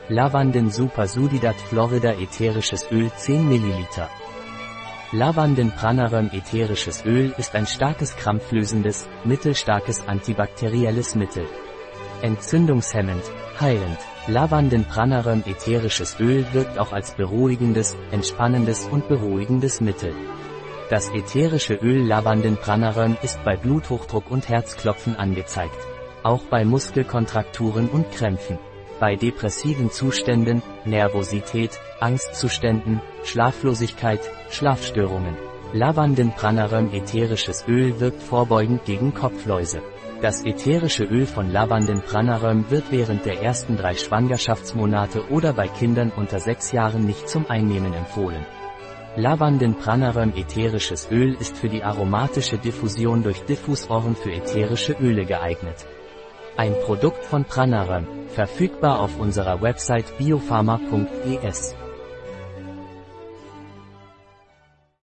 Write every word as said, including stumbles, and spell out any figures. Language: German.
Lavanden Super Sudidat Florida ätherisches Öl zehn Milliliter. Lavanden Pranarum ätherisches Öl ist ein starkes krampflösendes, mittelstarkes antibakterielles Mittel. Entzündungshemmend, heilend. Lavanden Pranarum ätherisches Öl wirkt auch als beruhigendes, entspannendes und beruhigendes Mittel. Das ätherische Öl Lavanden Pranarum ist bei Bluthochdruck und Herzklopfen angezeigt. Auch bei Muskelkontrakturen und Krämpfen. Bei depressiven Zuständen, Nervosität, Angstzuständen, Schlaflosigkeit, Schlafstörungen. Lavanden Pranarum ätherisches Öl wirkt vorbeugend gegen Kopfläuse. Das ätherische Öl von Lavanden Pranarum wird während der ersten drei Schwangerschaftsmonate oder bei Kindern unter sechs Jahren nicht zum Einnehmen empfohlen. Lavanden Pranarum ätherisches Öl ist für die aromatische Diffusion durch Diffusoren für ätherische Öle geeignet. Ein Produkt von Pranarum, verfügbar auf unserer Website biopharma punkt es.